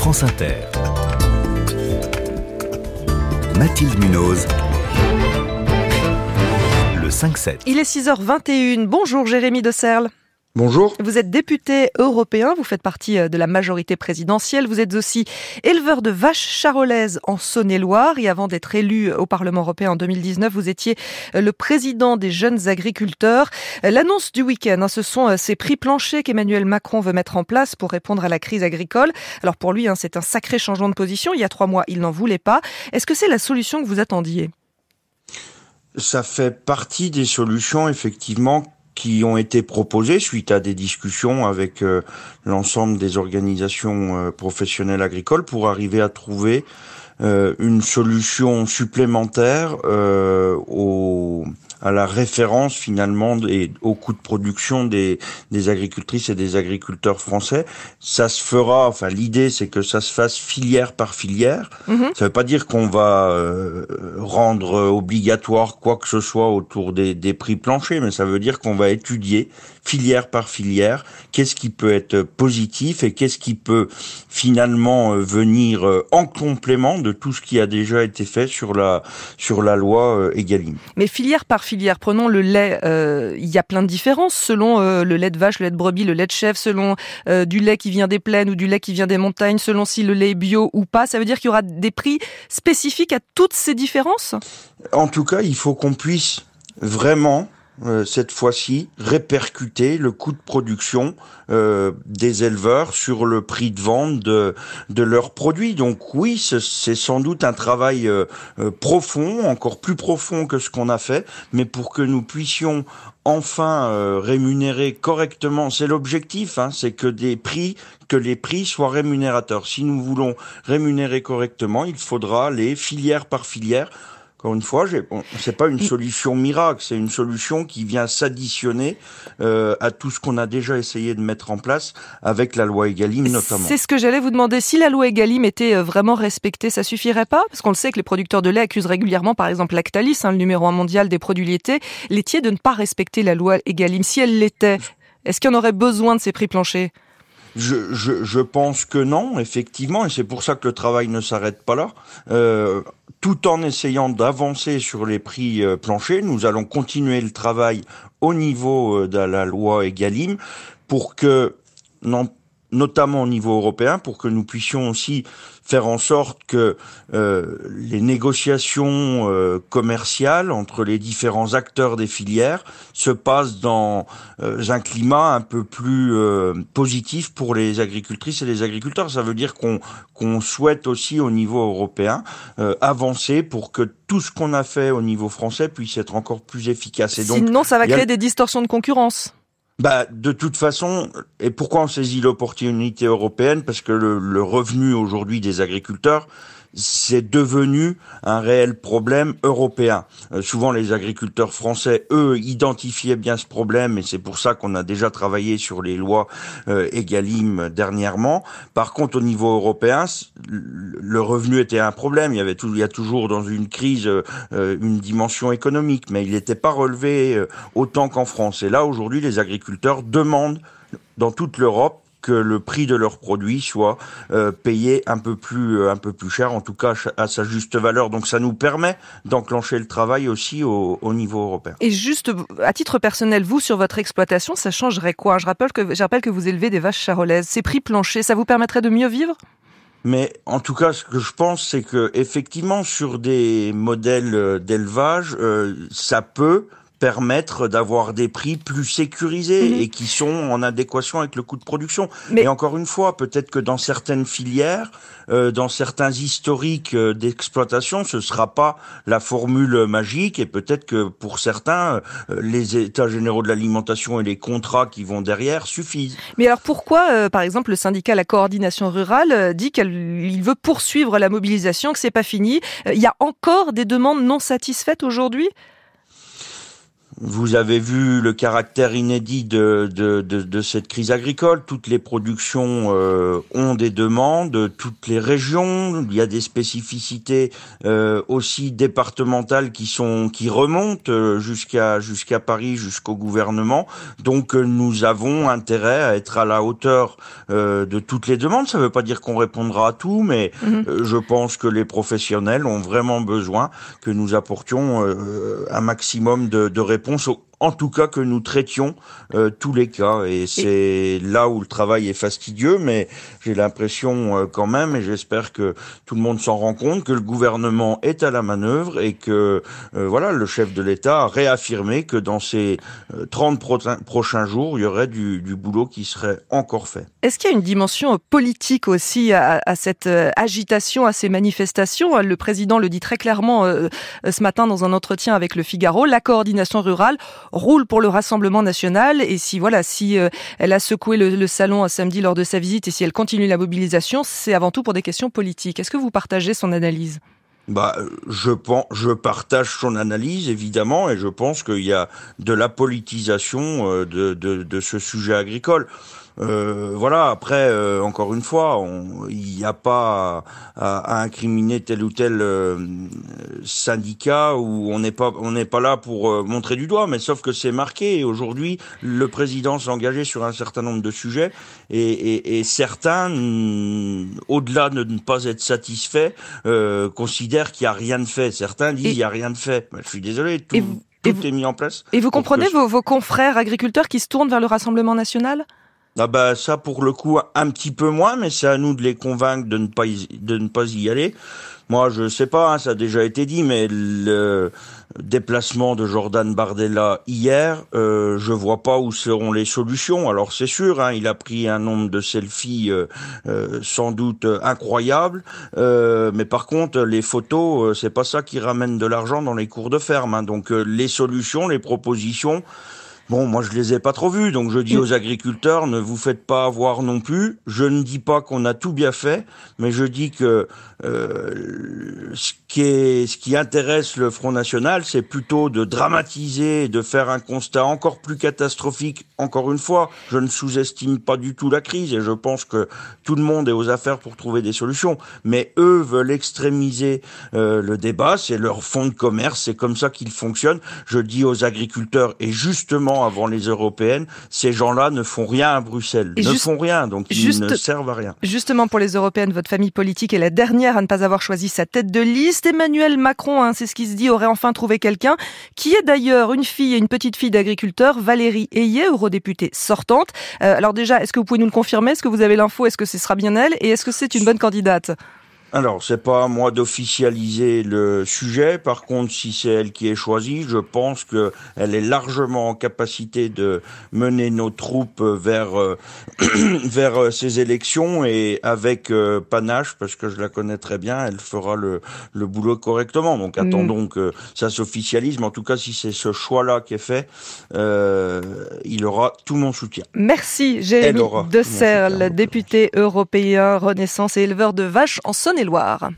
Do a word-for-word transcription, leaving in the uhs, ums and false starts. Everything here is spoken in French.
France Inter. Mathilde Munoz. Le cinq sept. Il est six heures vingt et une. Bonjour Jérémy de Serles. Bonjour. Vous êtes député européen, vous faites partie de la majorité présidentielle, vous êtes aussi éleveur de vaches charolaises en Saône-et-Loire et avant d'être élu au Parlement européen en deux mille dix-neuf, vous étiez le président des jeunes agriculteurs. L'annonce du week-end, hein, ce sont ces prix planchers qu'Emmanuel Macron veut mettre en place pour répondre à la crise agricole. Alors pour lui, hein, c'est un sacré changement de position. Il y a trois mois, il n'en voulait pas. Est-ce que c'est la solution que vous attendiez ? Ça fait partie des solutions, effectivement, qui ont été proposées suite à des discussions avec euh, l'ensemble des organisations euh, professionnelles agricoles pour arriver à trouver euh, une solution supplémentaire euh, au, à la référence finalement et au coût de production des, des agricultrices et des agriculteurs français. Ça se fera, enfin l'idée c'est que ça se fasse filière par filière. Mmh. Ça veut pas dire qu'on va euh, rendre obligatoire quoi que ce soit autour des, des prix planchers, mais ça veut dire qu'on va étudier filière par filière qu'est-ce qui peut être positif et qu'est-ce qui peut finalement euh, venir euh, en complément de tout ce qui a déjà été fait sur la sur la loi euh, Egalim. Mais filière par filière, prenons le lait, euh, il y a plein de différences selon euh, le lait de vache, le lait de brebis, le lait de chèvre, selon euh, du lait qui vient des plaines ou du lait qui vient des montagnes, selon si le lait est bio ou pas. Ça veut dire qu'il y aura des prix spécifiques à toutes ces différences ? En tout cas, il faut qu'on puisse vraiment Euh, cette fois-ci, répercuter le coût de production euh, des éleveurs sur le prix de vente de, de leurs produits. Donc oui, c'est, c'est sans doute un travail euh, euh, profond, encore plus profond que ce qu'on a fait, mais pour que nous puissions enfin euh, rémunérer correctement, c'est l'objectif, hein, c'est que des prix, que les prix soient rémunérateurs. Si nous voulons rémunérer correctement, il faudra les filière par filière. Encore une fois, j'ai, bon, c'est pas une solution miracle, c'est une solution qui vient s'additionner euh, à tout ce qu'on a déjà essayé de mettre en place avec la loi Egalim notamment. C'est ce que j'allais vous demander. Si la loi Egalim était vraiment respectée, ça suffirait pas ? Parce qu'on le sait que les producteurs de lait accusent régulièrement, par exemple Lactalis, hein, le numéro un mondial des produits laitiers, laitiers, de ne pas respecter la loi Egalim. Si elle l'était, est-ce qu'il y en aurait besoin de ces prix planchers ? Je, je, je pense que non, effectivement, et c'est pour ça que le travail ne s'arrête pas là. Euh, tout en essayant d'avancer sur les prix euh, planchers, nous allons continuer le travail au niveau euh, de la loi Egalim pour que, non, notamment au niveau européen, pour que nous puissions aussi faire en sorte que euh, les négociations euh, commerciales entre les différents acteurs des filières se passent dans euh, un climat un peu plus euh, positif pour les agricultrices et les agriculteurs. Ça veut dire qu'on qu'on souhaite aussi au niveau européen euh, avancer pour que tout ce qu'on a fait au niveau français puisse être encore plus efficace. Et donc, sinon, ça va créer a... des distorsions de concurrence. Bah, de toute façon, et pourquoi on saisit l'opportunité européenne ? Parce que le, le revenu aujourd'hui des agriculteurs, c'est devenu un réel problème européen. Euh, souvent, les agriculteurs français, eux, identifiaient bien ce problème, et c'est pour ça qu'on a déjà travaillé sur les lois euh, Egalim dernièrement. Par contre, au niveau européen, le revenu était un problème. Il y avait tout, il y a toujours dans une crise euh, une dimension économique, mais il n'était pas relevé euh, autant qu'en France. Et là, aujourd'hui, les agriculteurs demandent dans toute l'Europe que le prix de leurs produits soit euh, payé un peu plus euh, un peu plus cher, en tout cas à sa juste valeur. Donc ça nous permet d'enclencher le travail aussi au, au niveau européen. Et juste à titre personnel, vous sur votre exploitation, ça changerait quoi ? Je rappelle que je rappelle que vous élevez des vaches charolaises. Ces prix planchers, ça vous permettrait de mieux vivre ? Mais en tout cas, ce que je pense, c'est que effectivement sur des modèles d'élevage, euh, ça peut permettre d'avoir des prix plus sécurisés mmh. et qui sont en adéquation avec le coût de production. Mais... Et encore une fois, peut-être que dans certaines filières, euh, dans certains historiques euh, d'exploitation, ce sera pas la formule magique, et peut-être que pour certains, euh, les états généraux de l'alimentation et les contrats qui vont derrière suffisent. Mais alors pourquoi, euh, par exemple, le syndicat La Coordination Rurale euh, dit qu'il veut poursuivre la mobilisation, que c'est pas fini ? Il euh, y a encore des demandes non satisfaites aujourd'hui ? Vous avez vu le caractère inédit de, de, de, de cette crise agricole. Toutes les productions euh, ont des demandes, toutes les régions. Il y a des spécificités euh, aussi départementales qui sont qui remontent euh, jusqu'à jusqu'à Paris, jusqu'au gouvernement. Donc euh, nous avons intérêt à être à la hauteur euh, de toutes les demandes. Ça ne veut pas dire qu'on répondra à tout, mais mmh. euh, je pense que les professionnels ont vraiment besoin que nous apportions euh, un maximum de, de réponses. En tout cas que nous traitions euh, tous les cas, et c'est et... là où le travail est fastidieux, mais j'ai l'impression euh, quand même, et j'espère que tout le monde s'en rend compte, que le gouvernement est à la manœuvre et que euh, voilà, le chef de l'État a réaffirmé que dans ces euh, trente pro- prochains jours, il y aurait du, du boulot qui serait encore fait. Est-ce qu'il y a une dimension politique aussi à, à cette euh, agitation, à ces manifestations ? Le président le dit très clairement euh, ce matin dans un entretien avec Le Figaro, la coordination rurale roule pour le Rassemblement national, et si voilà, si euh, elle a secoué le, le salon à samedi lors de sa visite, et si elle continue la mobilisation, c'est avant tout pour des questions politiques. Est-ce que vous partagez son analyse ? Bah, je pense, je partage son analyse évidemment, et je pense qu'il y a de la politisation de de, de ce sujet agricole. Euh, voilà. Après, euh, encore une fois, il n'y a pas à, à incriminer tel ou tel euh, syndicat, où on n'est pas, on n'est pas là pour euh, montrer du doigt. Mais sauf que c'est marqué. Et aujourd'hui, le président s'est engagé sur un certain nombre de sujets, et, et, et certains, au-delà de ne pas être satisfaits, euh, considèrent qu'il n'y a rien de fait. Certains disent il n'y a rien de fait. Ben, je suis désolé. Tout, vous, tout vous, est mis en place. Et vous comprenez que... vos, vos confrères agriculteurs qui se tournent vers le Rassemblement national ? Ah bah ça, pour le coup, un petit peu moins, mais c'est à nous de les convaincre de ne pas y, de ne pas y aller. Moi, je sais pas, hein, ça a déjà été dit, mais le déplacement de Jordan Bardella hier, euh, je vois pas où seront les solutions. Alors c'est sûr, hein, il a pris un nombre de selfies euh, euh, sans doute incroyable, euh, mais par contre, les photos, euh, c'est pas ça qui ramène de l'argent dans les cours de ferme. Hein. Donc euh, les solutions, les propositions. Bon, moi je les ai pas trop vus, donc je dis aux agriculteurs, ne vous faites pas avoir non plus. Je ne dis pas qu'on a tout bien fait, mais je dis que euh, ce qui est, ce qui intéresse le Front National, c'est plutôt de dramatiser, de faire un constat encore plus catastrophique. Encore une fois, je ne sous-estime pas du tout la crise, et je pense que tout le monde est aux affaires pour trouver des solutions. Mais eux veulent extrémiser euh, le débat, c'est leur fonds de commerce, c'est comme ça qu'ils fonctionnent. Je dis aux agriculteurs, et justement avant les européennes, ces gens-là ne font rien à Bruxelles, et ne juste, font rien, donc ils juste, ne servent à rien. Justement, pour les européennes, votre famille politique est la dernière à ne pas avoir choisi sa tête de liste. Emmanuel Macron, hein, c'est ce qui se dit, aurait enfin trouvé quelqu'un, qui est d'ailleurs une fille et une petite fille d'agriculteur, Valérie Ayé, eurodéputée sortante. Euh, alors déjà, est-ce que vous pouvez nous le confirmer ? Est-ce que vous avez l'info ? Est-ce que ce sera bien elle ? Et est-ce que c'est une bonne candidate ? Alors, c'est pas à moi d'officialiser le sujet. Par contre, si c'est elle qui est choisie, je pense que elle est largement en capacité de mener nos troupes vers euh, vers ces élections, et avec euh, panache, parce que je la connais très bien, elle fera le le boulot correctement. Donc, attendons mmh. que ça s'officialise. Mais en tout cas, si c'est ce choix-là qui est fait, euh, il aura tout mon soutien. Merci, Jérémy De Serle, député européen Renaissance et éleveur de vaches en Saône-et-Loire.